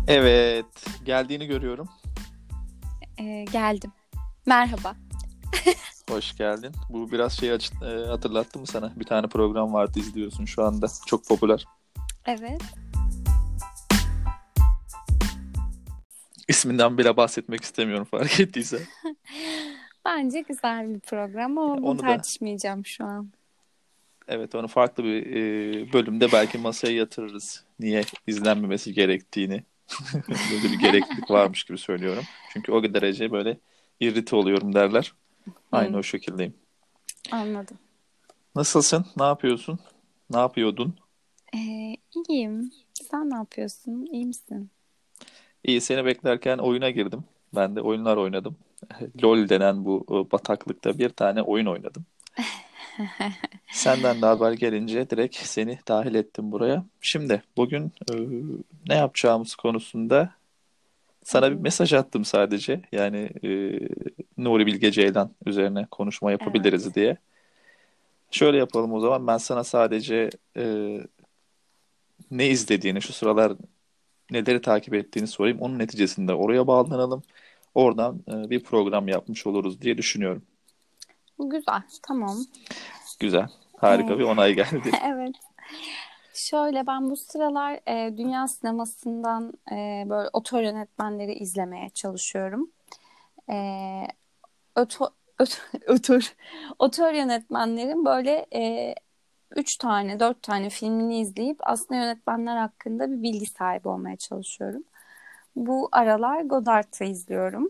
Evet, geldiğini görüyorum. Geldim. Merhaba. Hoş geldin. Bu biraz hatırlattı mı sana? Bir tane program vardı, izliyorsun şu anda. Çok popüler. Evet. İsminden bile bahsetmek istemiyorum fark ettiyse. Bence güzel bir program ama bunu Onu da tartışmayacağım şu an. evet onu farklı bir bölümde belki masaya yatırırız. Niye izlenmemesi gerektiğini. Böyle bir gereklilik varmış gibi söylüyorum. Çünkü o derece böyle irrite oluyorum derler. Aynı Hmm, o şekildeyim. anladım. Nasılsın? Ne yapıyorsun? Ne yapıyordun? İyiyim. Sen ne yapıyorsun? İyi misin? İyi, seni beklerken oyuna girdim. Ben de oyunlar oynadım. LoL denen bu bataklıkta bir tane oyun oynadım. Senden de haber gelince direkt seni dahil ettim buraya. Şimdi bugün ne yapacağımız konusunda sana bir Hmm, mesaj attım sadece. Yani Nuri Bilge Ceylan üzerine konuşma evet. yapabiliriz diye. Şöyle yapalım o zaman. Ben sana sadece ne izlediğini, şu sıralar neleri takip ettiğini sorayım. Onun neticesinde oraya bağlanalım. Oradan bir program yapmış oluruz diye düşünüyorum. Güzel. Tamam. Güzel. Harika Ee, bir onay geldi. evet. Şöyle ben bu sıralar dünya sinemasından böyle otor yönetmenleri izlemeye çalışıyorum. E, öto, ötör, otör yönetmenlerin böyle üç tane, dört tane filmini izleyip aslında yönetmenler hakkında bir bilgi sahibi olmaya çalışıyorum. Bu aralar Godard'ı izliyorum.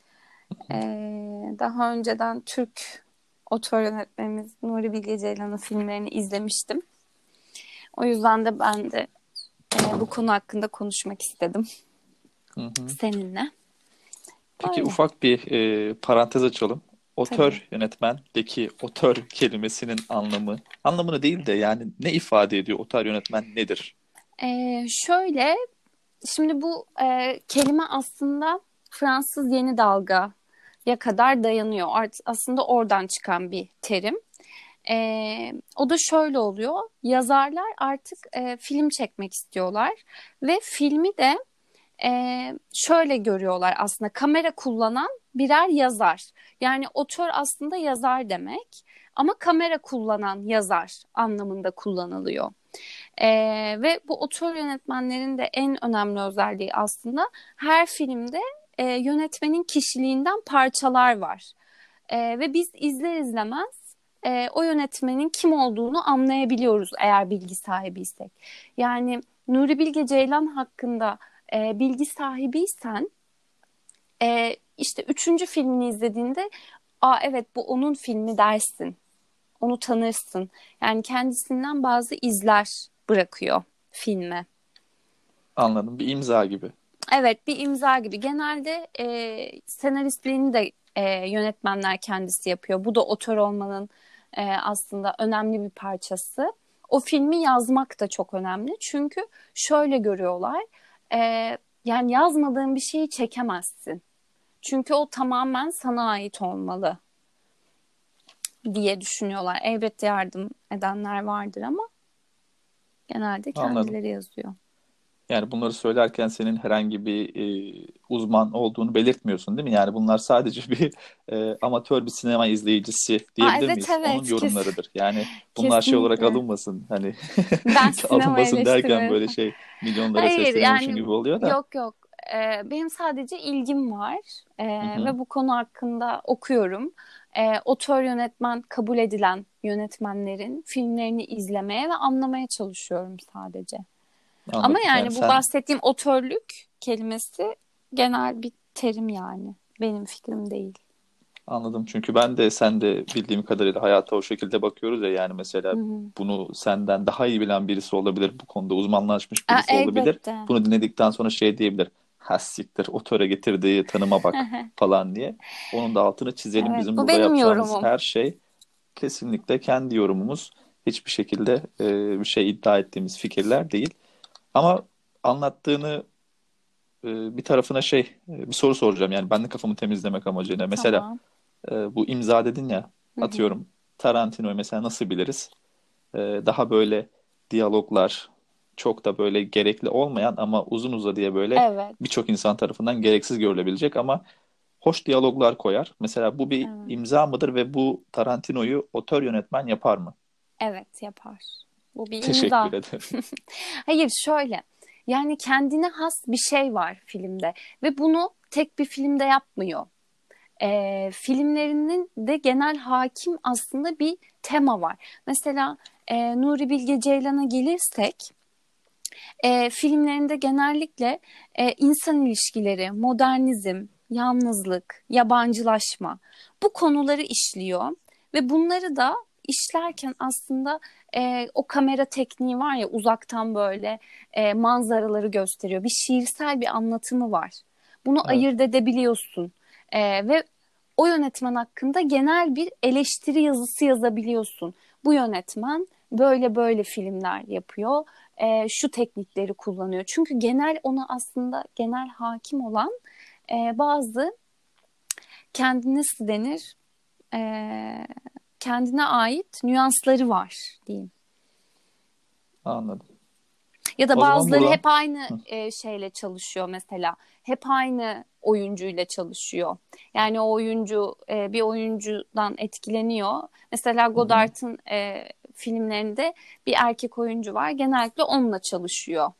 Daha önceden Türk otör yönetmenimiz Nuri Bilge Ceylan'ın filmlerini izlemiştim. O yüzden de ben de bu konu hakkında konuşmak istedim Hı hı. seninle. Peki Öyle. ufak bir parantez açalım. Tabii. Otör yönetmendeki otör kelimesinin anlamını değil de yani ne ifade ediyor? Otör yönetmen nedir? Şöyle, şimdi bu kelime aslında Fransız Yeni Dalga'ya kadar dayanıyor. Aslında oradan çıkan bir terim. O da şöyle oluyor. Yazarlar artık film çekmek istiyorlar ve filmi de şöyle görüyorlar aslında kamera kullanan birer yazar. Yani otör aslında yazar demek ama kamera kullanan yazar anlamında kullanılıyor. Ve bu otör yönetmenlerin de en önemli özelliği aslında her filmde yönetmenin kişiliğinden parçalar var. Ve biz izler izlemez o yönetmenin kim olduğunu anlayabiliyoruz eğer bilgi sahibiysek. Yani Nuri Bilge Ceylan hakkında bilgi sahibiysen işte üçüncü filmini izlediğinde aa evet bu onun filmi dersin. Onu tanırsın. Yani kendisinden bazı izler bırakıyor filme. Anladım. Bir imza gibi. Evet bir imza gibi. Genelde senaristliğini de yönetmenler kendisi yapıyor. Bu da otör olmanın aslında önemli bir parçası. O filmi yazmak da çok önemli. Çünkü şöyle görüyorlar. E, Yani yazmadığın bir şeyi çekemezsin. Çünkü o tamamen sana ait olmalı diye düşünüyorlar. Elbette yardım edenler vardır ama genelde Anladım. kendileri yazıyor. Yani bunları söylerken senin herhangi bir uzman olduğunu belirtmiyorsun değil mi? Yani bunlar sadece bir amatör bir sinema izleyicisi Aa, diyebilir evet miyiz? Onun evet yorumlarıdır. Yani bunlar şey olarak kesinlikle. alınmasın. Hani Ben sinema alınmasın derken eleştirmeni böyle şey milyonlara Hayır sesleniyormuşum yani gibi oluyor da. yok yok. Benim sadece ilgim var. Hı hı, Ve bu konu hakkında okuyorum. Otör yönetmen kabul edilen yönetmenlerin filmlerini izlemeye ve anlamaya çalışıyorum sadece. Ama anladım. Yani yani bu sen bahsettiğim otörlük kelimesi genel bir terim yani. Benim fikrim değil. anladım. Çünkü ben de sen de bildiğim kadarıyla hayata o şekilde bakıyoruz ya, yani Hı mesela hı. bunu senden daha iyi bilen birisi olabilir. Bu konuda uzmanlaşmış birisi olabilir. Elbette. Bunu dinledikten sonra şey diyebilir. Ha siktir, otöre getirdiği tanıma bak falan diye. Onun da altını çizelim. Evet, Bizim bu burada benim yapacağımız yorumum. her şey kesinlikle kendi yorumumuz. Hiçbir şekilde bir şey iddia ettiğimiz fikirler değil. Ama anlattığını bir tarafına bir soru soracağım. Yani ben de kafamı temizlemek amacıyla. Mesela Tamam. bu imza dedin ya, Hı hı. atıyorum Tarantino'yu mesela nasıl biliriz? Daha böyle diyaloglar, çok da böyle gerekli olmayan ama uzun uzadıya böyle Evet, birçok insan tarafından gereksiz görülebilecek ama hoş diyaloglar koyar. Mesela bu bir evet, imza mıdır ve bu Tarantino'yu otör yönetmen yapar mı? evet yapar. Bu bir Teşekkür imza. ederim. Hayır şöyle, yani kendine has bir şey var filmde ve bunu tek bir filmde yapmıyor. Filmlerinin de genel hakim aslında bir tema var. Mesela Nuri Bilge Ceylan'a gelirsek, filmlerinde genellikle insan ilişkileri, modernizm, yalnızlık, yabancılaşma bu konuları işliyor ve bunları da işlerken aslında o kamera tekniği var ya, uzaktan böyle manzaraları gösteriyor. Bir şiirsel bir anlatımı var. Bunu Evet. ayırt edebiliyorsun. Ve o yönetmen hakkında genel bir eleştiri yazısı yazabiliyorsun. Bu yönetmen böyle böyle filmler yapıyor, şu teknikleri kullanıyor. Çünkü genel, ona aslında genel hakim olan bazı, kendine nasıl denir, E, kendine ait nüansları var diyeyim. Anladım. Ya da O zaman bazıları buradan hep aynı şeyle çalışıyor mesela. Hep aynı oyuncuyla çalışıyor. Yani o oyuncu bir oyuncudan etkileniyor. Mesela hı hı. Godard'ın filmlerinde bir erkek oyuncu var. Genellikle onunla çalışıyor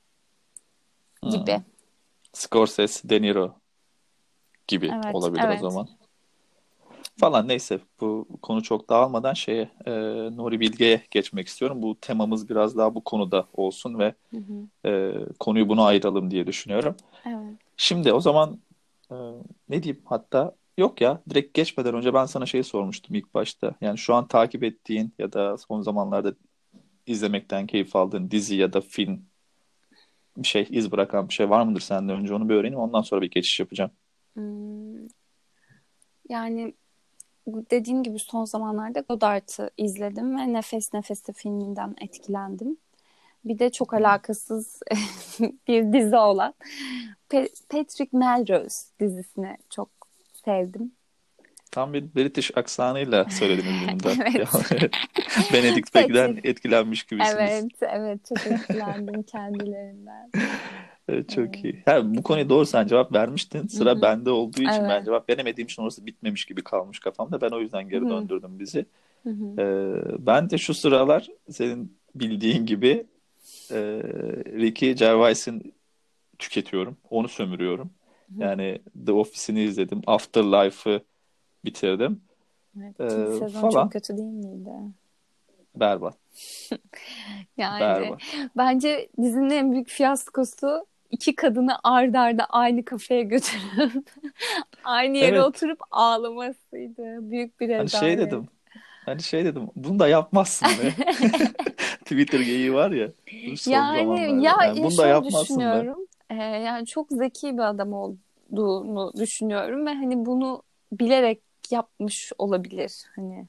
Hmm. gibi. Scorsese, De Niro gibi Evet, olabilir o evet. zaman. Falan neyse bu konu çok dağılmadan Nuri Bilge'ye geçmek istiyorum. Bu temamız biraz daha bu konuda olsun ve Hı hı. konuyu buna ayıralım diye düşünüyorum. Evet. Şimdi o zaman e, ne diyeyim hatta yok ya direkt geçmeden önce ben sana şey sormuştum ilk başta. Yani şu an takip ettiğin ya da son zamanlarda izlemekten keyif aldığın dizi ya da film bir şey iz bırakan bir şey var mıdır sende? Önce onu bir öğreneyim ondan sonra bir geçiş yapacağım. Hmm, yani dediğim gibi son zamanlarda Godard'ı izledim ve Nefes Nefese filminden etkilendim. Bir de çok alakasız bir dizi olan Patrick Melrose dizisini çok sevdim. Tam bir British aksanıyla söylediniz bunu da. Ya, Evet. Benedict Beckham Patrick. etkilenmiş gibisiniz. Evet, evet çok etkilendim kendilerinden. Çok Evet. iyi. Ha, bu konuya doğru sen cevap vermiştin. Hı Sıra hı. bende olduğu için ben Evet. cevap veremediğim için orası bitmemiş gibi kalmış kafamda. Ben o yüzden Hı geri hı. döndürdüm bizi. Hı hı. Ben de şu sıralar senin bildiğin gibi e, Ricky Gervais'in tüketiyorum. Onu sömürüyorum. Hı hı. Yani The Office'ini izledim. Afterlife'ı bitirdim. Evet, ikinci sezon çok Falan. kötü değil miydi? Berbat. Yani Berbat. bence dizinin en büyük fiyaskosu, iki kadını ard arda aynı kafeye götürüp aynı yere Evet. oturup ağlamasıydı. Büyük bir Hani şey rezalet. dedim. Hani şey dedim. Bunu da yapmazsın be. Twitter geyiği var ya. Bu son Yani ya, zamanlarda. Yani bunu da şöyle yapmazsın be. düşünüyorum. Yani çok zeki bir adam olduğunu düşünüyorum ve hani bunu bilerek yapmış olabilir. Hani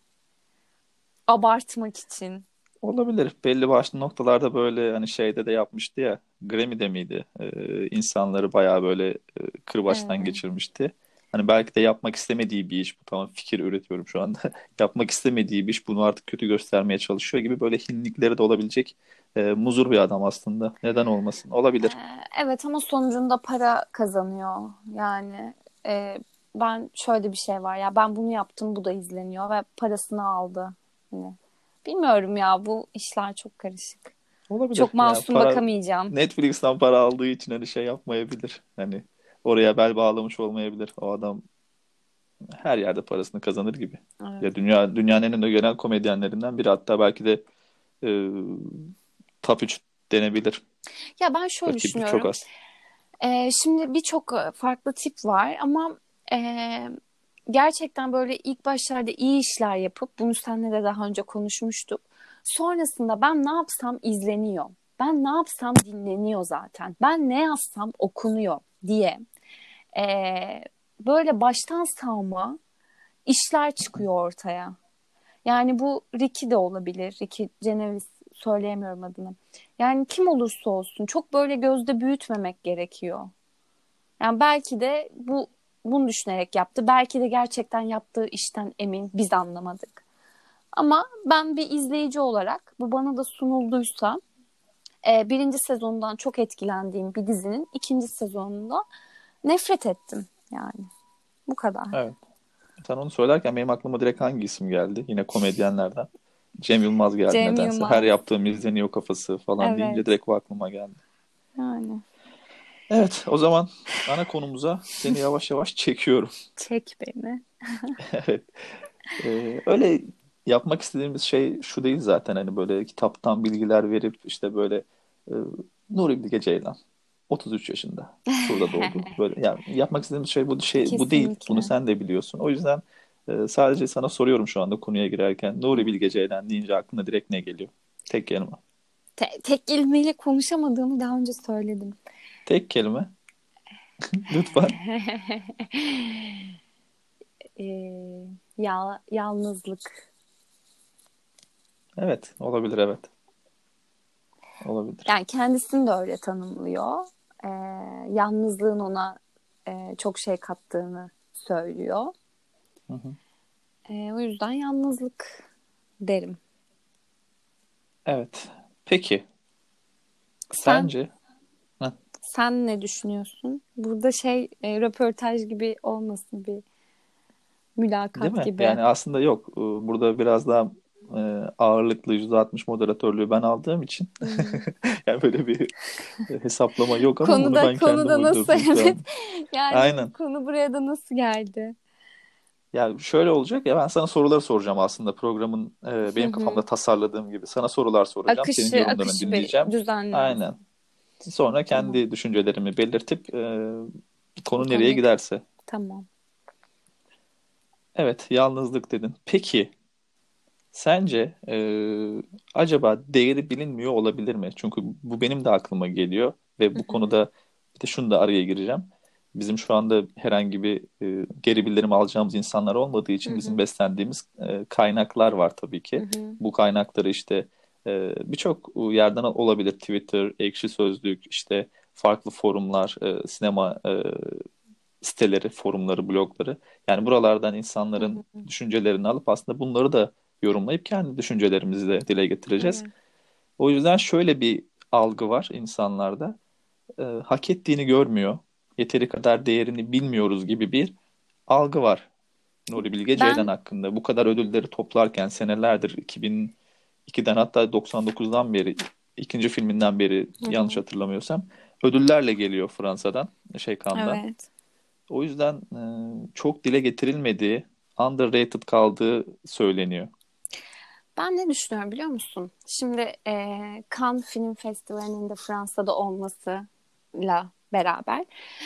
abartmak için. Olabilir. Belli başlı noktalarda böyle hani şeyde de yapmıştı ya. Grammy'de miydi? İnsanları bayağı böyle kırbaçtan Evet. geçirmişti. Hani belki de yapmak istemediği bir iş. Bu tamam fikir üretiyorum şu anda. Yapmak istemediği bir iş. Bunu artık kötü göstermeye çalışıyor gibi böyle hinlikleri de olabilecek muzur bir adam aslında. Neden olmasın? Olabilir. Evet ama sonucunda para kazanıyor. Yani e, ben, şöyle bir şey var ya, ben bunu yaptım, bu da izleniyor ve parasını aldı. Hani bilmiyorum ya, bu işler çok karışık. Olabilir. Çok Yani masum para bakamayacağım. Netflix'ten para aldığı için hani şey yapmayabilir. Hani oraya bel bağlamış olmayabilir. O adam her yerde parasını kazanır gibi. Evet. Ya dünyanın en ünlü genel komedyenlerinden biri hatta belki de e, top 3 denebilir. Ya ben şöyle Rakibi çok düşünüyorum. az. Şimdi birçok farklı tip var ama e, gerçekten böyle ilk başlarda iyi işler yapıp, bunu seninle de daha önce konuşmuştuk. Sonrasında ben ne yapsam izleniyor. Ben ne yapsam dinleniyor zaten. Ben ne yazsam okunuyor diye. E, Böyle baştan savma işler çıkıyor ortaya. Yani bu Ricky de olabilir. Ricky Gervais, söyleyemiyorum adını. Yani kim olursa olsun çok böyle gözde büyütmemek gerekiyor. Yani belki de bunu düşünerek yaptı. Belki de gerçekten yaptığı işten emin, biz anlamadık. Ama ben bir izleyici olarak bu bana da sunulduysa birinci sezonundan çok etkilendiğim bir dizinin ikinci sezonunda nefret ettim yani. Bu kadar. Evet. Sen onu söylerken benim aklıma direkt hangi isim geldi? Yine komedyenlerden. Cem Yılmaz geldi Cem nedense. Her Yılmaz. yaptığım izleniyor kafası falan deyince Evet. direkt o aklıma geldi. Yani Evet, o zaman ana konumuza seni yavaş yavaş çekiyorum. çek beni. Evet. Öyle yapmak istediğimiz şey şu değil zaten, hani böyle kitaptan bilgiler verip işte böyle e, Nuri Bilge Ceylan 33 yaşında şurada doğdu. Böyle yani yapmak istediğimiz şey bu değil. Bunu Kesinlikle. sen de biliyorsun. O yüzden sadece sana soruyorum şu anda konuya girerken. Nuri Bilge Ceylan deyince aklına direkt ne geliyor? Tek kelime. Tek kelimeyle konuşamadığımı daha önce söyledim. Tek kelime. Lütfen. Yalnızlık. Evet, olabilir, evet. Olabilir. Yani kendisini de öyle tanımlıyor. Ee, Yalnızlığın ona çok şey kattığını söylüyor. Hı hı. O yüzden yalnızlık derim. Evet. Peki, Sen sence Heh, sen ne düşünüyorsun? Burada röportaj gibi olmasın, bir değil mülakat mi? gibi. Yani aslında yok. Burada biraz daha ağırlıklı %60 moderatörlüğü ben aldığım için Hmm. yani böyle bir hesaplama yok ama bunu Konuda ben kendim konuda nasıl uydurdum şu evet. an. Yani Aynen. konu buraya da nasıl geldi? Ya şöyle olacak ya, ben sana soruları soracağım aslında programın Hı benim hı. kafamda tasarladığım gibi. Sana sorular soracağım. Senin yorumlarını Akışı bir dinleyeceğim. Aynen. düzenliyorsun. Sonra Tamam. kendi düşüncelerimi belirtip konu nereye Konuyu giderse. tamam. Evet, yalnızlık dedin. Peki sence acaba değeri bilinmiyor olabilir mi? Çünkü bu benim de aklıma geliyor ve Hı bu hı. konuda bir de şunu da araya gireceğim. Bizim şu anda herhangi bir geri bildirim alacağımız insanlar olmadığı Hı için bizim hı. beslendiğimiz kaynaklar var tabii Hı ki. hı. Bu kaynakları işte birçok yerden olabilir. Twitter, Ekşi Sözlük, işte farklı forumlar, sinema siteleri, forumları, blogları. Yani buralardan Hı insanların hı. düşüncelerini alıp aslında bunları da yorumlayıp kendi düşüncelerimizi de dile getireceğiz. Evet. O yüzden şöyle bir algı var insanlarda. Hak ettiğini görmüyor, yeteri kadar değerini bilmiyoruz gibi bir algı var Nuri Bilge Ceylan Ben hakkında. Bu kadar ödülleri toplarken senelerdir 2002'den hatta 99'dan beri ikinci filminden beri hı yanlış hı. hatırlamıyorsam ödüllerle geliyor Fransa'dan, Cannes'dan. Evet. O yüzden çok dile getirilmediği, underrated kaldığı söyleniyor. Ben ne düşünüyorum biliyor musun? Şimdi Cannes Film Festivali'nin de Fransa'da olmasıyla beraber.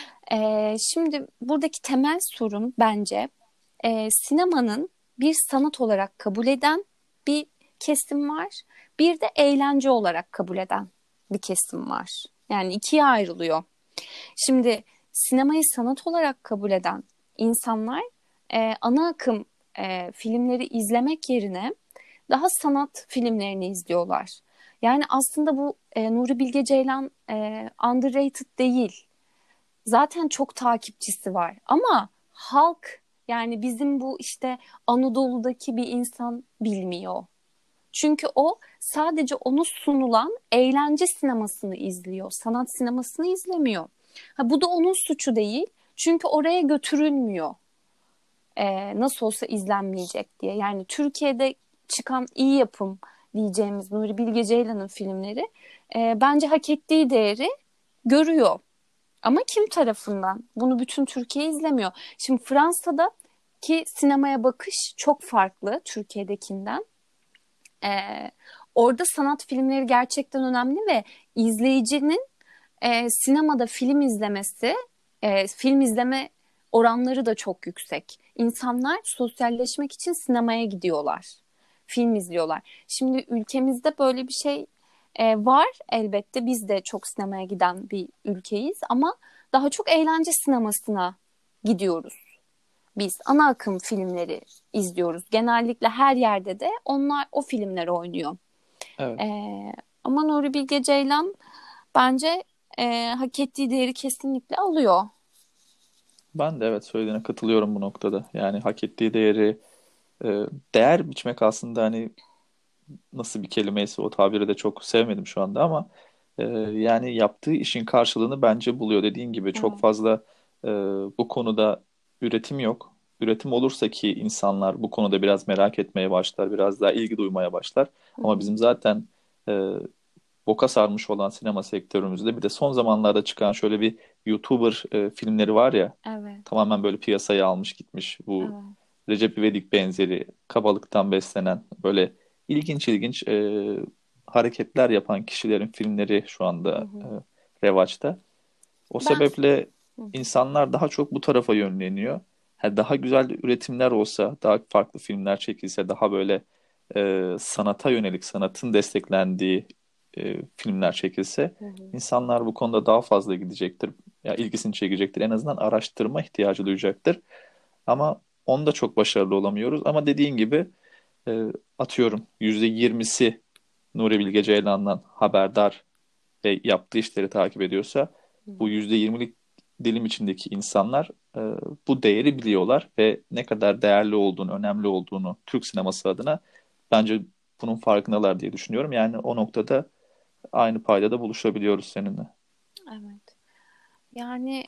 Şimdi buradaki temel sorun bence sinemanın bir sanat olarak kabul eden bir kesim var. Bir de eğlence olarak kabul eden bir kesim var. Yani ikiye ayrılıyor. Şimdi sinemayı sanat olarak kabul eden insanlar ana akım filmleri izlemek yerine daha sanat filmlerini izliyorlar. Yani aslında bu Nuri Bilge Ceylan underrated değil. Zaten çok takipçisi var ama halk, yani bizim bu işte Anadolu'daki bir insan bilmiyor. Çünkü o sadece onu sunulan eğlence sinemasını izliyor, sanat sinemasını izlemiyor. Ha, bu da onun suçu değil. Çünkü oraya götürülmüyor. Nasıl olsa izlenmeyecek diye. Yani Türkiye'de çıkan iyi yapım diyeceğimiz Nuri Bilge Ceylan'ın filmleri bence hak ettiği değeri görüyor. Ama kim tarafından? Bunu bütün Türkiye izlemiyor. Şimdi Fransa'daki sinemaya bakış çok farklı Türkiye'dekinden. Ee, Orada sanat filmleri gerçekten önemli ve izleyicinin sinemada film izlemesi, film izleme oranları da çok yüksek. İnsanlar sosyalleşmek için sinemaya gidiyorlar, film izliyorlar. Şimdi ülkemizde böyle bir şey var elbette. Biz de çok sinemaya giden bir ülkeyiz ama daha çok eğlence sinemasına gidiyoruz. Biz ana akım filmleri izliyoruz. Genellikle her yerde de o filmler oynuyor. Evet. Ama Nuri Bilge Ceylan bence hak ettiği değeri kesinlikle alıyor. Ben de evet söylediğine katılıyorum bu noktada. Yani hak ettiği değeri, değer biçmek aslında hani nasıl bir kelimeyse o tabiri de çok sevmedim şu anda ama Yani yaptığı işin karşılığını bence buluyor. Dediğin gibi çok Evet. fazla e, bu konuda üretim yok. Üretim olursa ki insanlar bu konuda biraz merak etmeye başlar, biraz daha ilgi duymaya başlar. Hı Ama hı. bizim zaten e, boka sarmış olan sinema sektörümüzde bir de son zamanlarda çıkan şöyle bir YouTuber filmleri var ya, Evet. tamamen böyle piyasayı almış gitmiş. Bu Evet. Recep İvedik benzeri kabalıktan beslenen böyle ilginç ilginç hareketler yapan kişilerin filmleri şu Hı anda hı. revaçta. O Ben sebeple Hı hı. insanlar daha çok bu tarafa yönleniyor. Ha, daha güzel üretimler olsa, daha farklı filmler çekilse, daha böyle sanata yönelik, sanatın desteklendiği filmler çekilse, Hı hı. insanlar bu konuda daha fazla gidecektir. Ya ilgisini çekecektir. En azından araştırma ihtiyacı duyacaktır. Ama onda çok başarılı olamıyoruz. Ama dediğin gibi e, atıyorum %20'si Nuri Bilge Ceylan'dan haberdar ve yaptığı işleri takip ediyorsa, Hı bu hı. %20'lik dilim içindeki insanlar bu değeri biliyorlar ve ne kadar değerli olduğunu, önemli olduğunu Türk sineması adına bence bunun farkındalar diye düşünüyorum. Yani o noktada aynı paydada buluşabiliyoruz seninle. Evet. Yani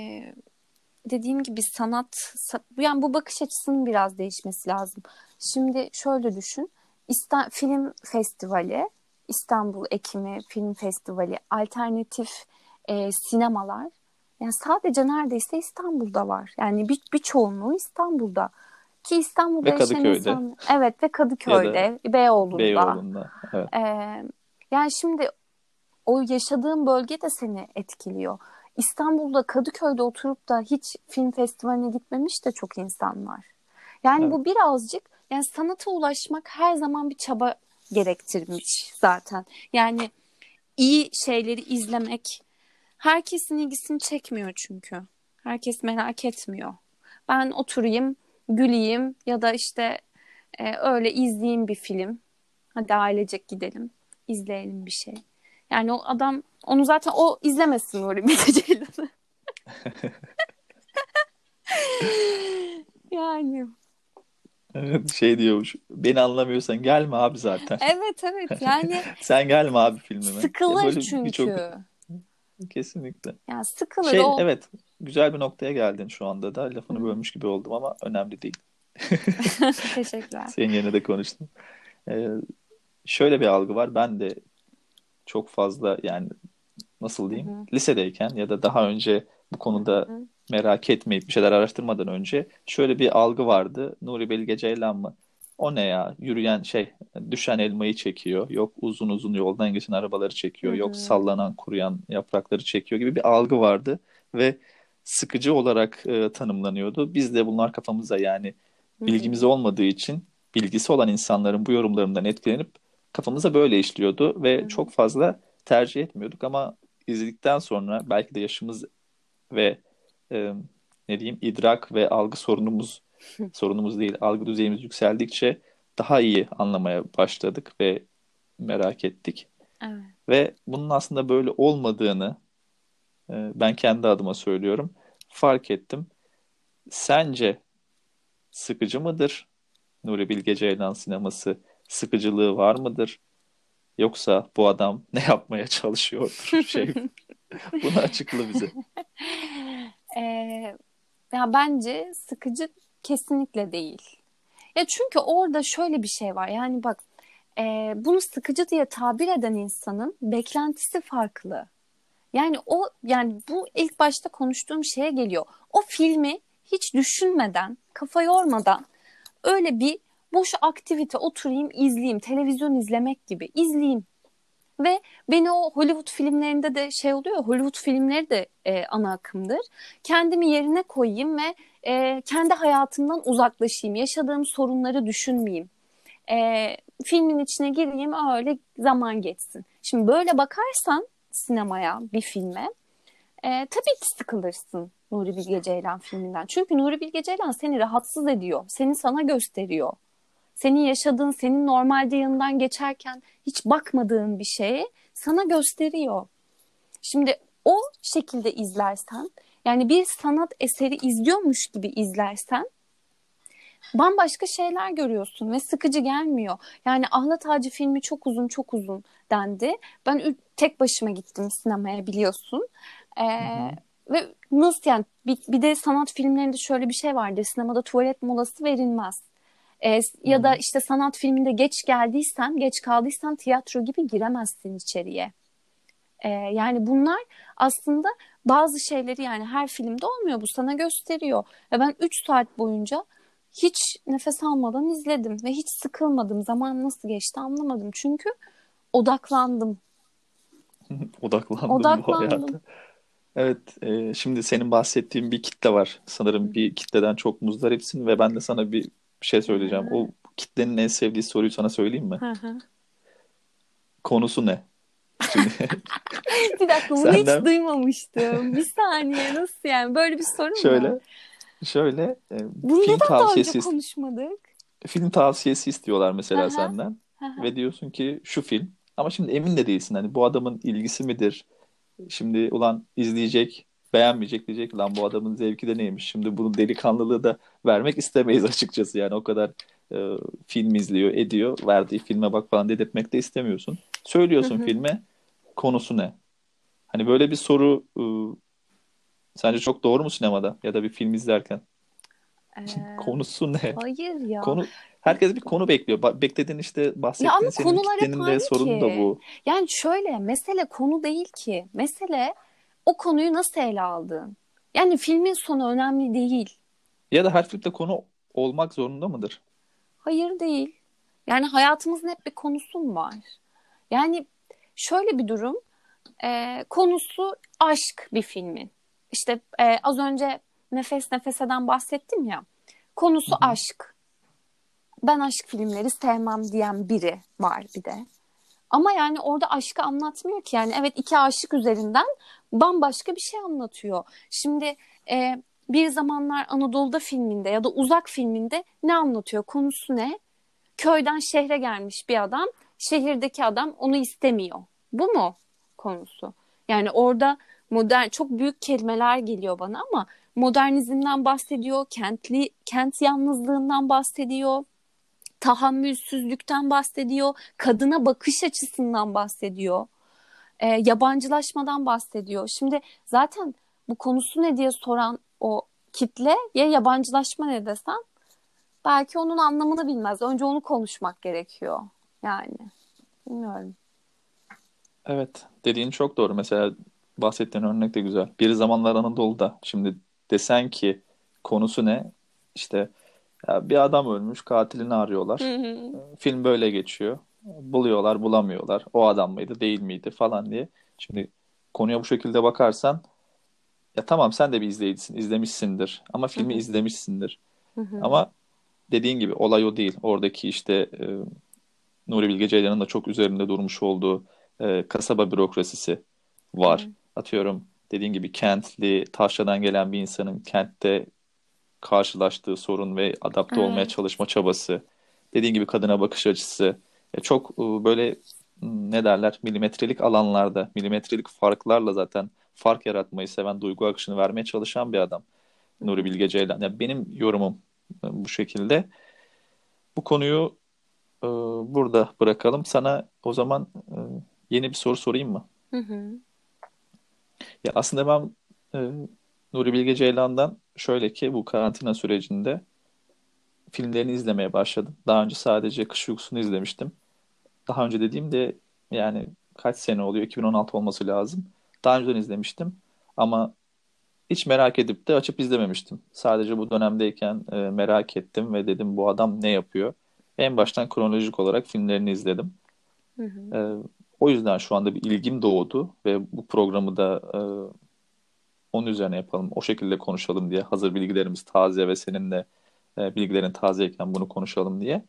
dediğim gibi yani bu bakış açısının biraz değişmesi lazım. Şimdi şöyle düşün. Film Festivali, İstanbul Ekimi Film Festivali, alternatif sinemalar. Yani sadece neredeyse İstanbul'da var. Yani bir çoğunluğu İstanbul'da. Ki İstanbul'da Ve yaşayan Kadıköy'de insan, evet, ve ya da Kadıköy'de, Beyoğlu'nda. Beyoğlu'nda. Evet. E, Yani şimdi o yaşadığın bölge de seni etkiliyor. İstanbul'da, Kadıköy'de oturup da hiç film festivaline gitmemiş de çok insan var. Yani Evet. bu birazcık, yani sanata ulaşmak her zaman bir çaba gerektirmiş zaten. Yani iyi şeyleri izlemek herkesin ilgisini çekmiyor çünkü. Herkes merak etmiyor. Ben oturayım, güleyim ya da işte öyle izleyeyim bir film. Hadi ailecek gidelim, izleyelim bir şey. Yani o adam onu zaten o izlemesin Nuri Bilge Ceylan'ı. Yani Evet, şey diyormuş. Beni anlamıyorsan gelme abi zaten. evet, evet, yani Sen gelme abi filmime. Ya sıkılır böyle birçok çünkü. kesinlikle. Yani sıkılır Şey, o. evet, güzel bir noktaya geldin şu anda da. Hı Lafını hı. bölmüş gibi oldum ama önemli değil. Teşekkürler. Senin yerine de konuştum. Ee, Şöyle bir algı var. Ben de çok fazla, yani nasıl Hı diyeyim, hı. lisedeyken ya da daha önce bu konuda Hı merak etmeyip bir şeyler araştırmadan önce şöyle bir algı vardı. Nuri Bilge Ceylan mı? O ne ya? Yürüyen şey, düşen elmayı çekiyor. Yok uzun uzun yoldan geçen arabaları hı. çekiyor. Yok Hı sallanan kuruyan yaprakları çekiyor gibi bir algı vardı ve sıkıcı olarak tanımlanıyordu. Biz de bunlar kafamıza, yani hı. bilgimiz olmadığı için bilgisi olan insanların bu yorumlarından etkilenip kafamıza böyle işliyordu Hı ve hı. çok fazla tercih etmiyorduk ama izledikten sonra belki de yaşımız ve e, ne diyeyim, idrak ve algı sorunumuz değil, algı düzeyimiz yükseldikçe daha iyi anlamaya başladık ve merak ettik. Evet. Ve bunun aslında böyle olmadığını ben kendi adıma söylüyorum, fark ettim. Sence sıkıcı mıdır? Nuri Bilge Ceylan sineması sıkıcılığı var mıdır? Yoksa bu adam ne yapmaya çalışıyordur? Bunu açıkla bize. Ee, Ya bence sıkıcı kesinlikle değil. Ya çünkü orada şöyle bir şey var. Yani bak, bunu sıkıcı diye tabir eden insanın beklentisi farklı. Yani bu ilk başta konuştuğum şeye geliyor. O filmi hiç düşünmeden, kafa yormadan öyle bir boş aktivite, oturayım izleyeyim, televizyon izlemek gibi izleyeyim. Ve beni o Hollywood filmlerinde de şey oluyor, Hollywood filmleri de ana akımdır. Kendimi yerine koyayım ve kendi hayatımdan uzaklaşayım, yaşadığım sorunları düşünmeyeyim. Filmin içine gireyim, öyle zaman geçsin. Şimdi böyle bakarsan sinemaya, bir filme, tabii ki sıkılırsın Nuri Bilge Ceylan filminden. Çünkü Nuri Bilge Ceylan seni rahatsız ediyor, seni sana gösteriyor. Senin yaşadığın, senin normalde yanından geçerken hiç bakmadığın bir şeyi sana gösteriyor. Şimdi o şekilde izlersen, yani bir sanat eseri izliyormuş gibi izlersen bambaşka şeyler görüyorsun ve sıkıcı gelmiyor. Yani Ahlat Ağacı filmi çok uzun çok uzun dendi. Ben tek başıma gittim sinemaya biliyorsun. Hı Ee, hı. ve nasıl yani bir de sanat filmlerinde şöyle bir şey vardır. Sinemada tuvalet molası verilmez. Hı Ya da hı. işte sanat filminde geç geldiysen, geç kaldıysan tiyatro gibi giremezsin içeriye. Yani bunlar aslında bazı şeyleri yani her filmde olmuyor. Bu sana gösteriyor. Ve ben 3 saat boyunca hiç nefes almadan izledim ve hiç sıkılmadım. Zaman nasıl geçti anlamadım. Çünkü odaklandım. Odaklandım bu Odaklandım. hayata. Evet, şimdi senin bahsettiğin bir kitle var. Sanırım bir kitleden çok muzdaripsin ve ben de sana bir şey Hı söyleyeceğim. hı. O kitlenin en sevdiği soruyu sana söyleyeyim mi? Hı hı. Konusu ne? Şimdi Bir dakika bunu hiç senden duymamıştım. Bir saniye nasıl yani? Böyle bir soru mu var? şöyle şöyle Bunu film neden daha önce tavsiyesi konuşmadık? film tavsiyesi istiyorlar Hı mesela hı. senden Hı hı. ve diyorsun ki şu film, ama şimdi emin de değilsin, hani bu adamın ilgisi midir? Şimdi ulan izleyecek, beğenmeyecek, diyecek lan bu adamın zevki de neymiş? Şimdi bunun delikanlılığı da vermek istemeyiz açıkçası. Yani o kadar film izliyor, ediyor. Verdiği filme bak falan dedirtmek de istemiyorsun. Hı Söylüyorsun hı. filme, konusu ne? Hani böyle bir soru sence çok doğru mu sinemada ya da bir film izlerken? Ee, Konusu ne? hayır ya. Konu Herkes bir konu bekliyor. Beklediğin işte Ya ama bahsettiğin senin konular hep kitlenin de aynı sorunu da ki. bu. Yani şöyle mesele konu değil ki. Mesele o konuyu nasıl ele aldığın. Yani filmin sonu önemli değil. Ya da her filmde konu olmak zorunda mıdır? Hayır değil. Yani hayatımızın hep bir konusu mu var? Yani şöyle bir durum. Konusu aşk bir filmin. İşte az önce Nefes Nefese'den bahsettim ya. Hı Konusu hı. aşk. Ben aşk filmleri sevmem diyen biri var bir de. Ama yani orada aşkı anlatmıyor ki. Yani evet iki aşık üzerinden bambaşka bir şey anlatıyor. Şimdi Bir Zamanlar Anadolu'da filminde ya da Uzak filminde ne anlatıyor? Konusu ne? Köyden şehre gelmiş bir adam. Şehirdeki adam onu istemiyor. Bu mu konusu? Yani orada modern çok büyük kelimeler geliyor bana ama modernizmden bahsediyor, kent yalnızlığından bahsediyor, tahammülsüzlükten bahsediyor, kadına bakış açısından bahsediyor, yabancılaşmadan bahsediyor. Şimdi zaten bu konusu ne diye soran o kitle ya yabancılaşma ne desen belki onun anlamını bilmez. Önce onu konuşmak gerekiyor. Yani bilmiyorum. Evet, dediğin çok doğru. Mesela bahsettiğin örnek de güzel. Bir Zamanlar Anadolu'da. Şimdi desen ki konusu ne? İşte ya bir adam ölmüş, katilini Hı arıyorlar. hı. Film böyle geçiyor. Buluyorlar, bulamıyorlar. O adam mıydı, değil miydi falan diye. Şimdi konuya bu şekilde bakarsan, ya tamam sen de bir izleyicisin, izlemişsindir. Ama Hı filmi hı. izlemişsindir. Hı hı. Ama dediğin gibi olay o değil. Oradaki işte Nuri Bilge Ceylan'ın da çok üzerinde durmuş olduğu kasaba bürokrasisi var. Evet. Atıyorum, dediğin gibi kentli, taşradan gelen bir insanın kentte karşılaştığı sorun ve adapte olmaya Evet. çalışma çabası. Dediğin gibi kadına bakış açısı. Çok böyle ne derler, milimetrelik alanlarda, milimetrelik farklarla zaten fark yaratmayı seven, duygu akışını vermeye çalışan bir adam. Hı Nuri hı. Bilge Ceylan. Ya benim yorumum bu şekilde. Bu konuyu burada bırakalım. Sana o zaman yeni bir soru sorayım mı? Hı hı. Ya aslında ben Nuri Bilge Ceylan'dan şöyle ki bu karantina sürecinde filmlerini izlemeye başladım. Daha önce sadece Kış Uykusu'nu izlemiştim. Daha önce dediğimde yani kaç sene oluyor? 2016 olması lazım. Daha önceden izlemiştim ama hiç merak edip de açıp izlememiştim. Sadece bu dönemdeyken merak ettim ve dedim bu adam ne yapıyor? En baştan kronolojik olarak filmlerini izledim. Hı hı. E, O yüzden şu anda bir ilgim doğdu ve bu programı da onun üzerine yapalım. O şekilde konuşalım diye. Hazır bilgilerimiz taze ve senin de bilgilerin tazeyken bunu konuşalım diye.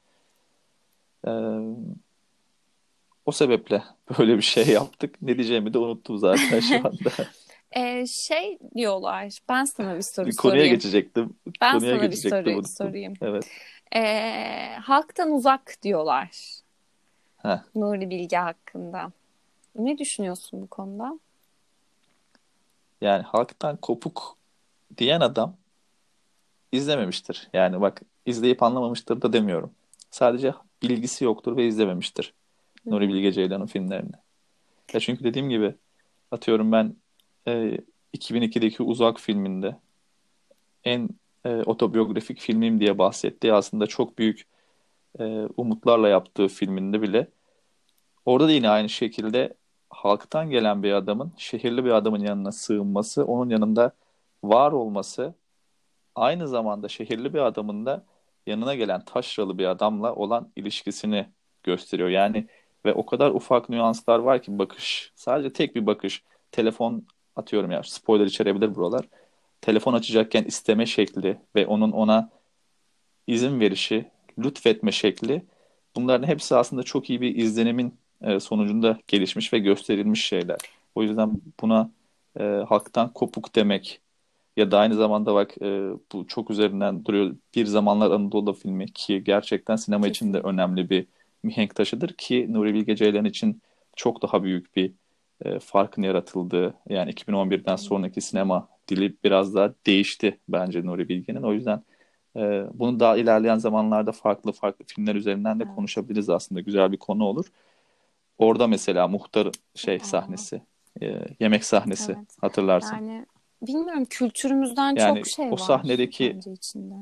E, O sebeple böyle bir şey yaptık. Ne diyeceğimi de unuttum zaten şu anda. Şey diyorlar. Ben sana bir soru Konuya sorayım. geçecektim. Ben Konuya sana bir geçecektim, soru unuttum. sorayım. Evet. Halktan uzak diyorlar. Heh. Nuri Bilge hakkında. Ne düşünüyorsun bu konuda? Yani halktan kopuk diyen adam izlememiştir. Yani bak, izleyip anlamamıştır da demiyorum. Sadece bilgisi yoktur ve izlememiştir Hı Nuri hı. Bilge Ceylan'ın filmlerini. Ya çünkü dediğim gibi, atıyorum ben, 2002'deki Uzak filminde en otobiyografik filmim diye bahsettiği, aslında çok büyük umutlarla yaptığı filminde bile, orada da yine aynı şekilde halktan gelen bir adamın şehirli bir adamın yanına sığınması, onun yanında var olması, aynı zamanda şehirli bir adamın da yanına gelen taşralı bir adamla olan ilişkisini gösteriyor. Yani ve o kadar ufak nüanslar var ki, bakış, sadece tek bir bakış, telefon, atıyorum ya, spoiler içerebilir buralar. Telefon açacakken isteme şekli ve onun ona izin verişi, lütfetme şekli, bunların hepsi aslında çok iyi bir izlenimin sonucunda gelişmiş ve gösterilmiş şeyler. O yüzden buna halktan kopuk demek, ya da aynı zamanda bak, bu çok üzerinden duruyor. Bir Zamanlar Anadolu filmi, ki gerçekten sinema için de Kesinlikle. önemli bir mihenk taşıdır, ki Nuri Bilge Ceylan için çok daha büyük bir farkın yaratıldığı, yani 2011'den sonraki sinema dili biraz daha değişti bence Nuri Bilge'nin. O yüzden bunu daha ilerleyen zamanlarda farklı farklı filmler üzerinden de Evet. konuşabiliriz aslında. Güzel bir konu olur. Orada mesela muhtar Aa, sahnesi, yemek sahnesi, evet. hatırlarsın. Yani bilmiyorum, kültürümüzden çok Yani o şey var sahnedeki, bence içinde.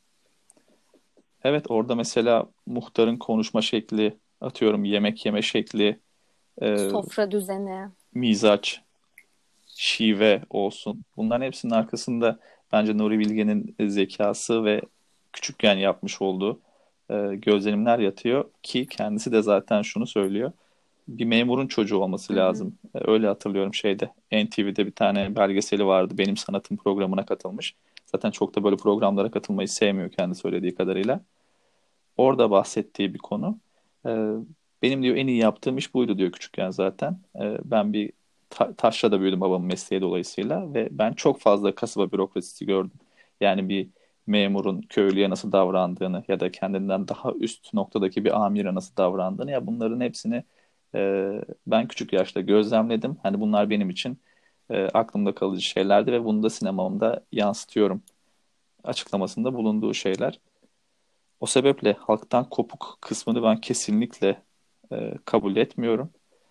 evet, orada mesela muhtarın konuşma şekli, atıyorum yemek yeme şekli, e, Sofra düzeni. mizaç, şive olsun. Bunların hepsinin arkasında bence Nuri Bilge'nin zekası ve küçükken yapmış olduğu gözlenimler yatıyor, ki kendisi de zaten şunu söylüyor. Bir memurun çocuğu Hı olması hı. lazım. Öyle hatırlıyorum şeyde. NTV'de bir tane belgeseli vardı. Benim Sanatım programına katılmış. Zaten çok da böyle programlara katılmayı sevmiyor kendi söylediği kadarıyla. Orada bahsettiği bir konu. Ee, Benim diyor en iyi yaptığım iş buydu diyor küçükken zaten. Ben bir taşrada büyüdüm babamın mesleği dolayısıyla ve ben çok fazla kasaba bürokrasisi gördüm. Yani bir memurun köylüye nasıl davrandığını ya da kendinden daha üst noktadaki bir amire nasıl davrandığını, ya bunların hepsini ben küçük yaşta gözlemledim. Hani bunlar benim için aklımda kalıcı şeylerdi ve bunu da sinemamda yansıtıyorum açıklamasında bulunduğu şeyler. O sebeple halktan kopuk kısmını ben kesinlikle kabul etmiyorum.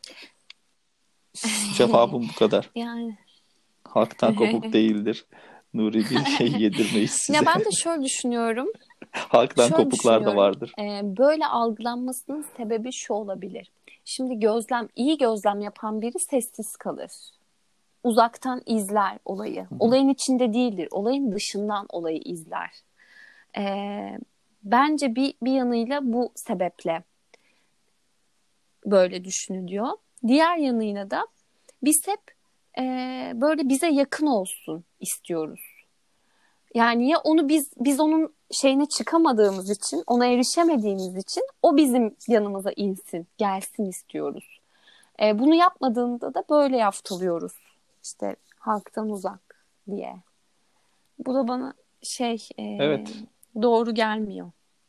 Cevabım bu kadar. Yani Halktan kopuk değildir. Nuri Bilge'yi yedirmeyiz ya size. ben de şöyle düşünüyorum. Halktan Şöyle kopuklar da düşünüyorum. vardır. Böyle algılanmasının sebebi şu olabilir. Şimdi iyi gözlem yapan biri sessiz kalır. Uzaktan izler olayı. Hı hı. Olayın içinde değildir. Olayın dışından olayı izler. Ee, Bence bir yanıyla bu sebeple böyle düşünülüyor. Diğer yanıyla da biz hep böyle bize yakın olsun istiyoruz. Yani ya onu biz onun şeyine çıkamadığımız için, ona erişemediğimiz için o bizim yanımıza insin, gelsin istiyoruz. Bunu yapmadığında da böyle yaftalıyoruz. İşte halktan uzak diye. Bu da bana şey Evet, doğru gelmiyor.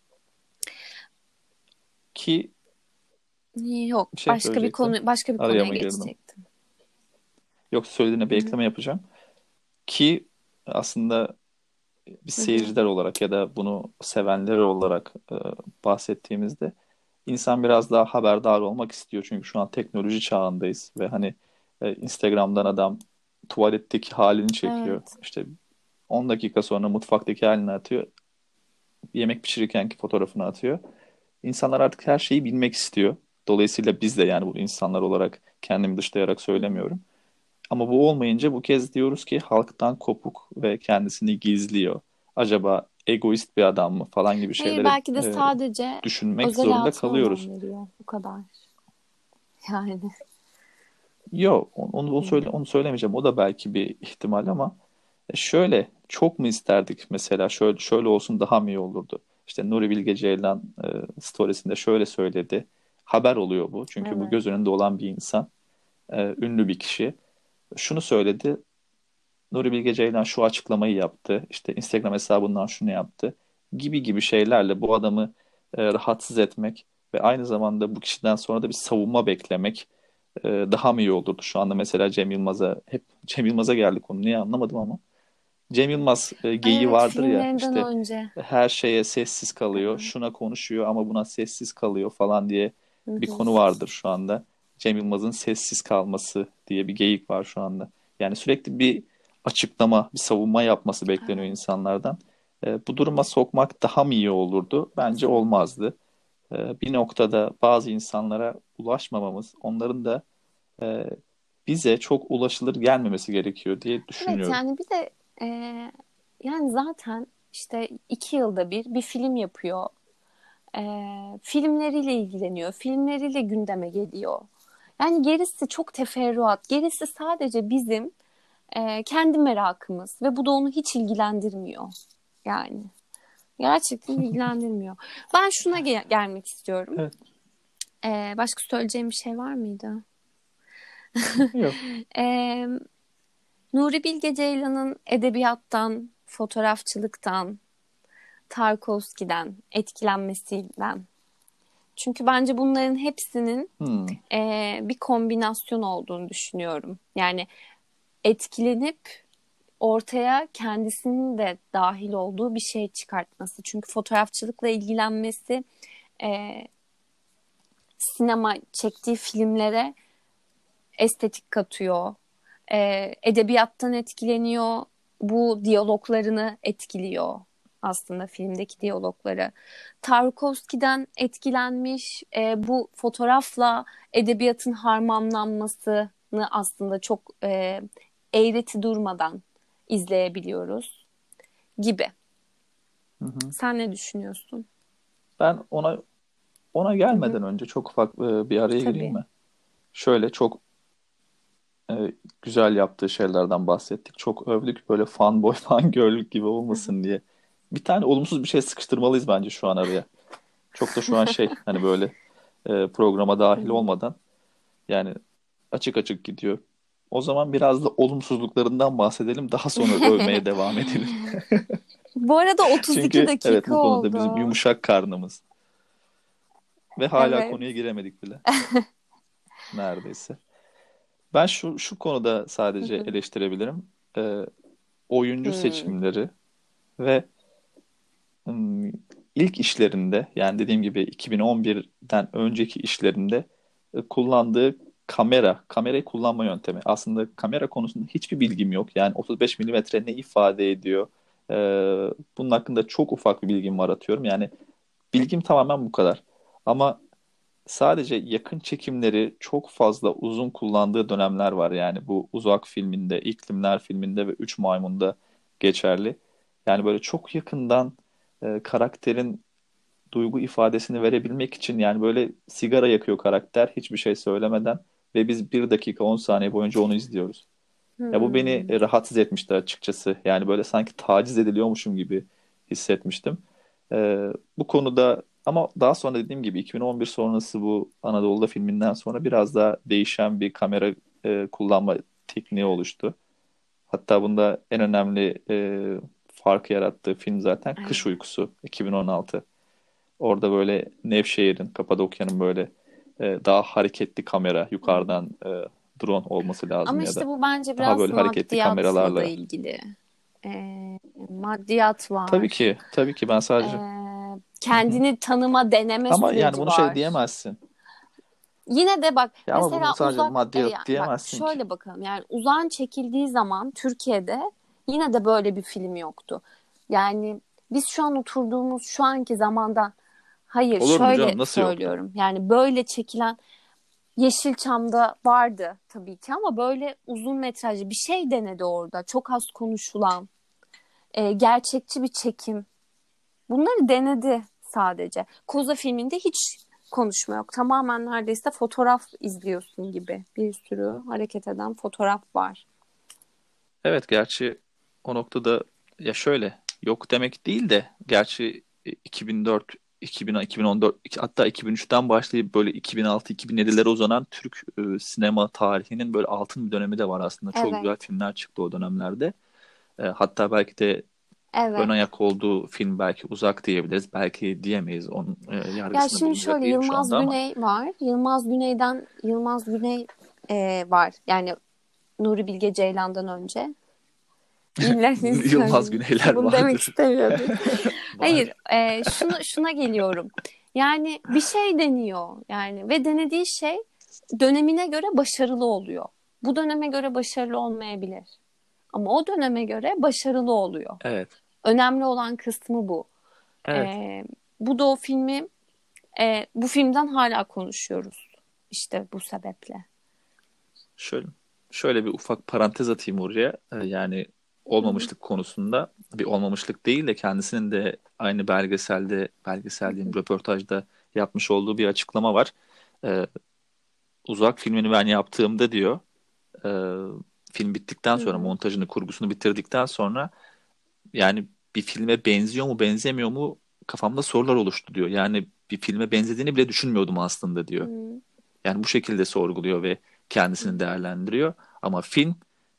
ki Yok, bir şey söyleyecektim. başka bir Araya konuya mı girdim? geçecektim. Yoksa söylediğine Hı bir hı, ekleme yapacağım. Ki aslında biz hı hı. seyirciler olarak ya da bunu sevenler olarak bahsettiğimizde, insan biraz daha haberdar olmak istiyor. Çünkü şu an teknoloji çağındayız ve hani Instagram'dan adam tuvaletteki halini çekiyor. Evet. İşte 10 dakika sonra mutfaktaki halini atıyor. Yemek pişirirkenki fotoğrafını atıyor. İnsanlar artık her şeyi bilmek istiyor. Dolayısıyla biz de, yani bu insanlar olarak, kendimi dışlayarak Hı hı. söylemiyorum. Ama bu olmayınca bu kez diyoruz ki halktan kopuk ve kendisini gizliyor. Acaba egoist bir adam mı falan gibi Hayır, şeylere belki de sadece düşünmek özel zorunda hayatına kalıyoruz. önem veriyor. Bu kadar. Yani. Yok, onu Hı hı. onu söylemeyeceğim. O da belki bir ihtimal ama şöyle, çok mu isterdik mesela, şöyle olsun daha mı iyi olurdu? İşte Nuri Bilge Ceylan storiesinde şöyle söyledi. Haber oluyor bu. Çünkü bu Evet. göz önünde olan bir insan, ünlü bir kişi. Şunu söyledi. Nuri Bilge Ceylan şu açıklamayı yaptı. İşte Instagram hesabından şunu yaptı. Gibi gibi şeylerle bu adamı rahatsız etmek ve aynı zamanda bu kişiden sonra da bir savunma beklemek daha mı iyi olurdu? Şu anda mesela Cem Yılmaz'a geldi konu. Niye anlamadım ama. Cem Yılmaz Ay geyiği evet, vardır ya filmlerinden işte önce. her şeye sessiz kalıyor. Evet. Şuna konuşuyor ama buna sessiz kalıyor falan diye Hı bir hı. konu vardır şu anda. Cem Yılmaz'ın sessiz kalması diye bir geyik var şu anda. Yani sürekli bir açıklama, bir savunma yapması bekleniyor Evet. insanlardan. Bu duruma sokmak daha mı iyi olurdu? Bence olmazdı. Bir noktada bazı insanlara ulaşmamamız, onların da e, bize çok ulaşılır gelmemesi gerekiyor diye Evet, düşünüyorum. yani bir de e, yani zaten işte 2 yılda bir film yapıyor. Filmleriyle ilgileniyor. Filmleriyle gündeme geliyor. Yani gerisi çok teferruat. Gerisi sadece bizim kendi merakımız ve bu da onu hiç ilgilendirmiyor. Yani gerçekten ilgilendirmiyor. Ben şuna gelmek istiyorum. Evet. Başka söyleyeceğim bir şey var mıydı? Yok. Ee, Nuri Bilge Ceylan'ın edebiyattan, fotoğrafçılıktan, Tarkovski'den etkilenmesinden. Çünkü bence bunların hepsinin Hmm. bir kombinasyon olduğunu düşünüyorum. Yani etkilenip ortaya kendisinin de dahil olduğu bir şey çıkartması. Çünkü fotoğrafçılıkla ilgilenmesi, e, sinema çektiği filmlere estetik katıyor. Edebiyattan etkileniyor. Bu diyaloglarını etkiliyor aslında, filmdeki diyalogları. Tarkovski'den etkilenmiş. Bu fotoğrafla edebiyatın harmanlanmasını aslında çok eğreti durmadan izleyebiliyoruz gibi. Hı hı. Sen ne düşünüyorsun? Ben ona Hı gelmeden hı, önce çok ufak bir araya gireyim tabii. mi? Şöyle çok güzel yaptığı şeylerden bahsettik. Çok övdük böyle fanboy fangirlük gibi Hı hı. olmasın diye. Bir tane olumsuz bir şey sıkıştırmalıyız bence şu an araya. Çok da şu an şey hani böyle programa Hı dahil hı. olmadan yani açık açık gidiyor. O zaman biraz da olumsuzluklarından bahsedelim. Daha sonra övmeye devam edelim. Bu arada 32 Çünkü evet dakika bu konuda bizim oldu. yumuşak karnımız. Ve hala Evet. konuya giremedik bile neredeyse. Ben şu konuda Hı sadece hı. eleştirebilirim. Ee, Oyuncu Hmm. seçimleri ve ım, ilk işlerinde yani dediğim gibi 2011'den önceki işlerinde kullandığı kamerayı kullanma yöntemi. Aslında kamera konusunda hiçbir bilgim yok. Yani 35 milimetre ne ifade ediyor? Bunun hakkında çok ufak bir bilgim var atıyorum. Yani bilgim tamamen bu kadar. Ama sadece yakın çekimleri çok fazla uzun kullandığı dönemler var. Yani bu Uzak filminde, İklimler filminde ve Üç Maymun'da geçerli. Yani böyle çok yakından karakterin duygu ifadesini verebilmek için yani böyle sigara yakıyor karakter hiçbir şey söylemeden ve biz 1 dakika 10 saniye boyunca onu izliyoruz. Ya bu beni Hmm. rahatsız etmişti açıkçası. Yani böyle sanki taciz ediliyormuşum gibi hissetmiştim. Bu konuda ama daha sonra dediğim gibi 2011 sonrası bu Anadolu'da filminden sonra biraz daha değişen bir kamera kullanma tekniği oluştu. Hatta bunda en önemli farkı yarattığı film zaten Kış Evet. Uykusu 2016. Orada böyle Nevşehir'in, Kapadokya'nın böyle daha hareketli kamera Hı hı. yukarıdan drone olması lazım Ama ya işte da bu bence daha biraz böyle hareketli maddiyatla da kameralarla. ilgili. Maddiyat Tabii var. ki, tabii ki ben sadece. Hı hı. Kendini tanıma deneme Ama yani süreci bunu şey var. diyemezsin. Yine de bak, Ya ama bunu mesela sadece maddiyat yani bak diyemezsin ki. şöyle bakalım, yani Uzak'ın çekildiği zaman Türkiye'de yine de böyle bir film yoktu. Yani biz şu an oturduğumuz şu anki zamanda, hayır Olur mu şöyle canım? Nasıl yoktu? söylüyorum, yani böyle çekilen Yeşilçam'da vardı tabii ki ama böyle uzun metrajlı bir şey denedi orada. Çok az konuşulan, gerçekçi bir çekim. Bunları denedi sadece. Koza filminde hiç konuşma yok. Tamamen neredeyse fotoğraf izliyorsun gibi. Bir sürü hareket eden fotoğraf var. Evet gerçi o noktada ya şöyle yok demek değil de gerçi 2004 2000 2014 hatta 2003'ten başlayıp böyle 2006-2007'lere uzanan Türk sinema tarihinin böyle altın bir dönemi de var aslında. Çok Evet, güzel filmler çıktı o dönemlerde. Hatta belki de ön evet. ayak olduğu film belki Uzak diyebiliriz. Belki diyemeyiz. Onun Ya yargısını şimdi bulunacak şöyle, değilim şu Yılmaz anda ama. Güney var. Yılmaz Güney var. Yani Nuri Bilge Ceylan'dan önce. İlla Yılmaz söyleyeyim. Güneyler Bunu demek vardır. istemiyordum. Var. Hayır, şuna geliyorum. Yani bir şey deniyor yani ve denediği şey dönemine göre başarılı oluyor. Bu döneme göre başarılı olmayabilir. Ama o döneme göre başarılı oluyor. Evet. Önemli olan kısmı bu. Evet. Bu da o filmi, bu filmden hala konuşuyoruz. İşte bu sebeple. Şöyle şöyle bir ufak parantez atayım oraya. Yani Hı hı, olmamışlık konusunda bir olmamışlık değil de kendisinin de aynı belgesel hı diyeyim, hı, röportajda yapmış olduğu bir açıklama var. Ee, Uzak filmini ben yaptığımda diyor, e, film bittikten hı sonra hı. montajını, kurgusunu bitirdikten sonra yani bir filme benziyor mu benzemiyor mu kafamda sorular oluştu diyor. Yani bir filme benzediğini bile düşünmüyordum aslında diyor. Hı Yani bu şekilde sorguluyor ve kendisini hı. değerlendiriyor. Ama film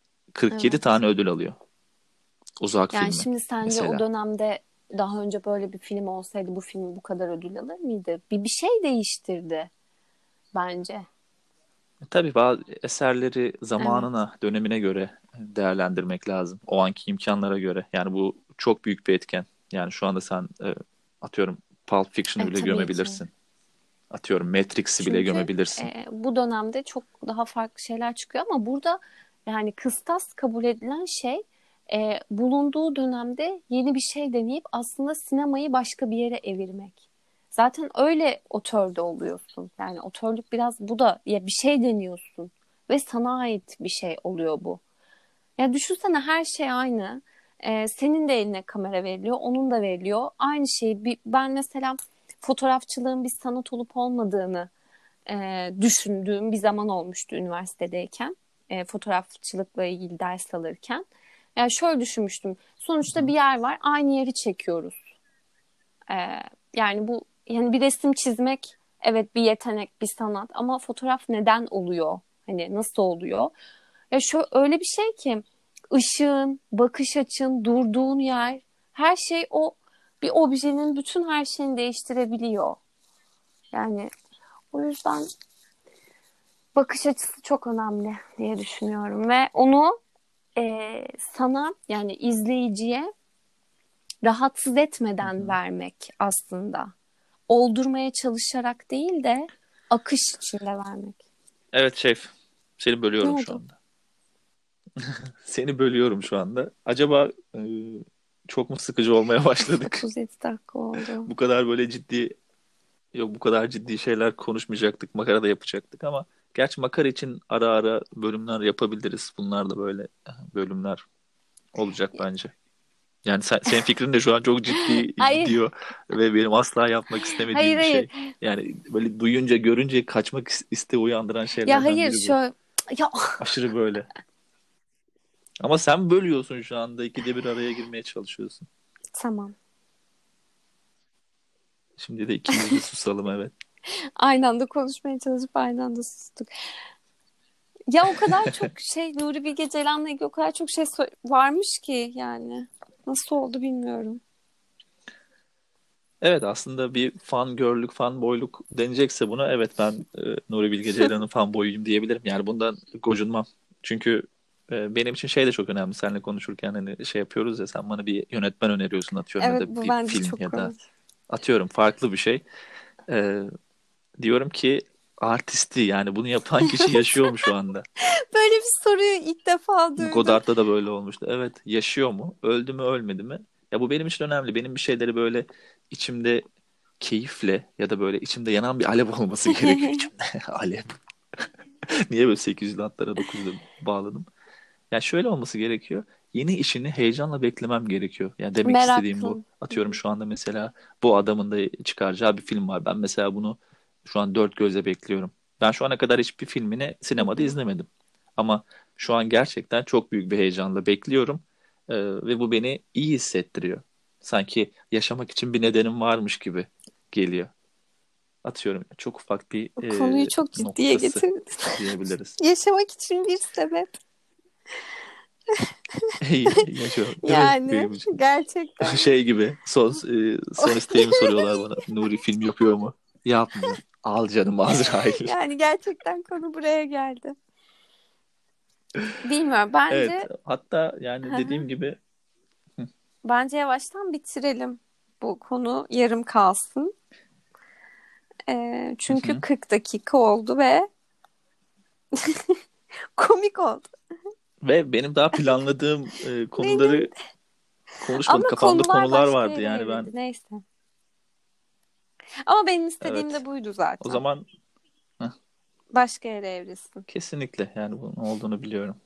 47 Evet. tane ödül alıyor. Uzak Yani filmi şimdi sence o mesela. dönemde daha önce böyle bir film olsaydı bu film bu kadar ödül alır mıydı? Bir şey değiştirdi bence. Tabii bazı eserleri Evet. zamanına, dönemine göre değerlendirmek lazım. O anki imkanlara göre. Yani bu çok büyük bir etken. Yani şu anda sen atıyorum Pulp Fiction'ı bile Tabii ki. gömebilirsin. Atıyorum Matrix'i bile Çünkü gömebilirsin. bu dönemde çok daha farklı şeyler çıkıyor ama burada yani kıstas kabul edilen şey bulunduğu dönemde yeni bir şey deneyip aslında sinemayı başka bir yere evirmek. Zaten öyle otörde oluyorsun. Yani otörlük biraz bu da ya bir şey deniyorsun ve sana ait bir şey oluyor bu. Ya düşünsene her şey aynı. Senin de eline kamera veriliyor, onun da veriliyor. Aynı şey. Ben mesela fotoğrafçılığın bir sanat olup olmadığını düşündüğüm bir zaman olmuştu üniversitedeyken. Fotoğrafçılıkla ilgili ders alırken. Yani şöyle düşünmüştüm. Hı Sonuçta hı. bir yer var, aynı yeri çekiyoruz. E, Yani bu yani bir resim çizmek evet bir yetenek, bir sanat ama fotoğraf neden oluyor? Hani nasıl oluyor? Ya şu öyle bir şey ki ışığın, bakış açın, durduğun yer, her şey o bir objenin bütün her şeyini değiştirebiliyor. Yani o yüzden bakış açısı çok önemli diye düşünüyorum ve onu sana yani izleyiciye rahatsız Hı etmeden hı. vermek aslında. Oldurmaya çalışarak değil de akış içinde vermek. Evet şef. Seni Ne bölüyorum şu oldu? anda. Seni bölüyorum şu anda. Acaba çok mu sıkıcı olmaya Of, başladık? 37 dakika oldu. Bu kadar böyle ciddi, yok bu kadar ciddi şeyler konuşmayacaktık. Makara da yapacaktık ama gerçi makara için ara ara bölümler yapabiliriz. Bunlar da böyle bölümler olacak bence. Yani senin fikrin de şu an çok ciddi Hayır, gidiyor ve benim asla yapmak hayır, istemediğim bir hayır. şey. Yani böyle duyunca, görünce kaçmak isteği uyandıran Ya şeylerden hayır biri bu. şöyle. Ya Aşırı böyle. Ama sen bölüyorsun şu anda. İkide bir araya girmeye çalışıyorsun. tamam. Şimdi de ikimiz bir susalım, evet. Aynı anda konuşmaya çalışıp aynı anda sustuk. Ya o kadar çok şey Nuri Bilge Ceylan'la ilgili o kadar çok şey varmış ki yani. Nasıl oldu bilmiyorum. Evet, aslında bir fan görlük, fan boyluk denecekse buna, evet ben Nuri Bilge Ceylan'ın fan boyuyum diyebilirim. Yani bundan gocunmam. Çünkü benim için şey de çok önemli. Seninle konuşurken hani şey yapıyoruz ya, sen bana bir yönetmen öneriyorsun atıyorum ya Evet da bu bir bence film çok ya da komik. atıyorum farklı bir şey. E, Diyorum ki artisti, yani bunu yapan kişi yaşıyor mu şu anda? Böyle bir soruyu ilk defa duydum. Godard'da da böyle olmuştu. Evet, yaşıyor mu? Öldü mü, ölmedi mi? Ya bu benim için önemli. Benim bir şeyleri böyle içimde keyifle ya da böyle içimde yanan bir alev olması gerekiyor içimde. Alev. Niye böyle 800'lü hatlara 900'e bağladım? Ya şöyle olması gerekiyor. Yeni işini heyecanla beklemem gerekiyor. Yani demek istediğim bu. Meraklım. Hı Atıyorum hı. şu anda mesela bu adamın da çıkaracağı bir film var. Ben mesela bunu şu an dört gözle bekliyorum. Ben şu ana kadar hiçbir filmini Hı sinemada hı. izlemedim. Ama şu an gerçekten çok büyük bir heyecanla bekliyorum. Ve bu beni iyi hissettiriyor. Sanki yaşamak için bir nedenim varmış gibi geliyor. Atıyorum çok ufak bir Konuyu çok ciddiye noktası getirdin. diyebiliriz. Yaşamak için bir sebep. Yaşıyor değil mi Yani benim için? gerçekten. Şey gibi son isteğimi soruyorlar bana. Nuri film yapıyor mu? Yapmıyor. Al canım Azrail. Yani gerçekten konu buraya geldi. Bilmiyorum. Evet. Bence Hatta yani dediğim gibi bence yavaştan bitirelim. Bu konu yarım kalsın. hı Çünkü hı. 40 dakika oldu ve komik oldu. Ve benim daha planladığım Benim konuları konuşmadık. ama Kafamda konular konular başka vardı yere yani evrildi. ben. Neyse. Ama benim istediğim de Evet. buydu O zaten. zaman heh, Başka yere evrilsin. kesinlikle yani bunun olduğunu biliyorum.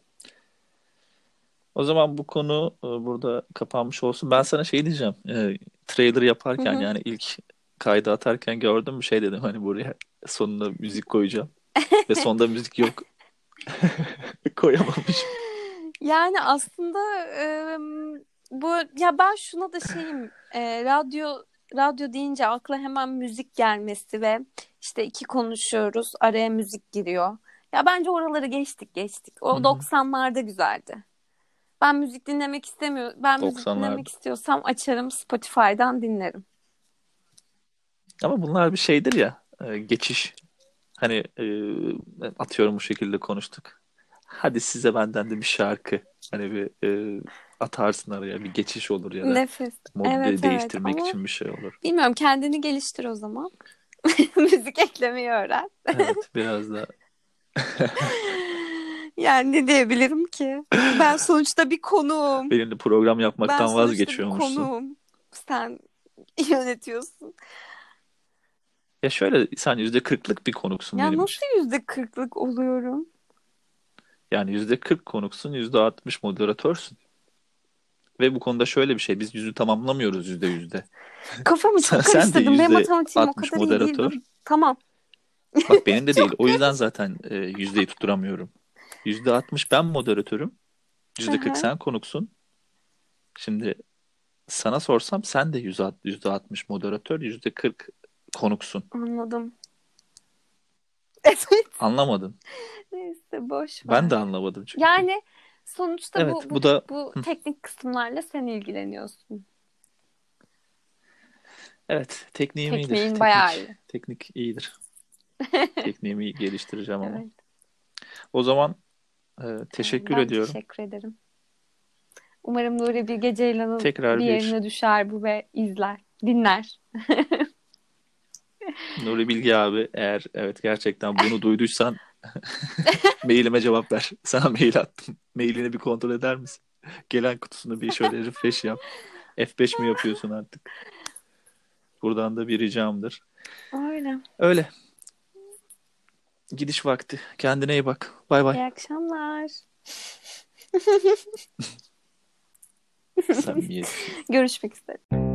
O zaman bu konu burada kapanmış olsun. Ben sana şey diyeceğim. Trailer Hı yaparken hı. yani ilk kaydı atarken gördüm bir şey dedim. Hani buraya sonuna müzik koyacağım. Ve sonda müzik yok. Koyamamışım. Yani aslında bu ya ben şuna da şeyim radyo deyince akla hemen müzik gelmesi ve işte iki konuşuyoruz araya müzik giriyor. Ya bence oraları geçtik. Hı O hı. 90'larda güzeldi. Ben müzik dinlemek istemiyorum. Ben müzik 90'larda. dinlemek istiyorsam açarım Spotify'dan dinlerim. Ama bunlar bir şeydir ya. Geçiş. Hani atıyorum bu şekilde konuştuk. Hadi size benden de bir şarkı. Hani bir atarsın araya bir geçiş olur ya da Nefes. modu Evet evet değiştirmek ama için bir şey olur. bilmiyorum kendini geliştir o zaman. Müzik eklemeyi öğren. Evet biraz da Yani ne diyebilirim ki? Ben sonuçta bir konuğum. benim de program Ben yapmaktan sonuçta bir vazgeçiyormuşsun. konuğum. Sen yönetiyorsun. Ya şöyle sen %40'lık bir konuksun Ya benim için. nasıl %40'lık oluyorum? Yani %40 konuksun, %60 moderatörsün. Ve bu konuda şöyle bir şey biz yüzü tamamlamıyoruz %100'de. Kafamı Sen, çok sen de karıştırdım. Benim yüzde matematiğim o altmış kadar iyi değil. Dur. moderatör. Tamam. Bak benim de değil. Çok O yüzden karıştı. zaten yüzdeyi tutturamıyorum. %60 ben moderatörüm. Hı %40 hı, sen konuksun. Şimdi sana sorsam sen de %60 moderatör, %40 konuksun. anladım. Evet. Anlamadın. Neyse boş Ben ver. de anlamadım çünkü. Yani sonuçta Evet, bu bu da bu teknik kısımlarla sen ilgileniyorsun. evet, tekniğim iyidir. Tekniğin bayağı Teknik iyi. teknik iyidir. Tekniğimi iyi geliştireceğim ama. Evet. O zaman teşekkür Ben ediyorum. teşekkür ederim. Umarım Nuri Bilge Ceylan'ın bir Tekrar bir yerine düşer bu ve izler, dinler. Nuri Bilge abi eğer evet gerçekten bunu duyduysan mailime cevap ver. Sana mail attım. Mailini bir kontrol eder misin? Gelen kutusunu bir şöyle refresh yap. F5 mi yapıyorsun artık? Buradan da bir ricamdır. Öyle. Öyle. Gidiş vakti. Kendine iyi bak. Bay bay. İyi akşamlar. Samimiyetsiz. Görüşmek üzere.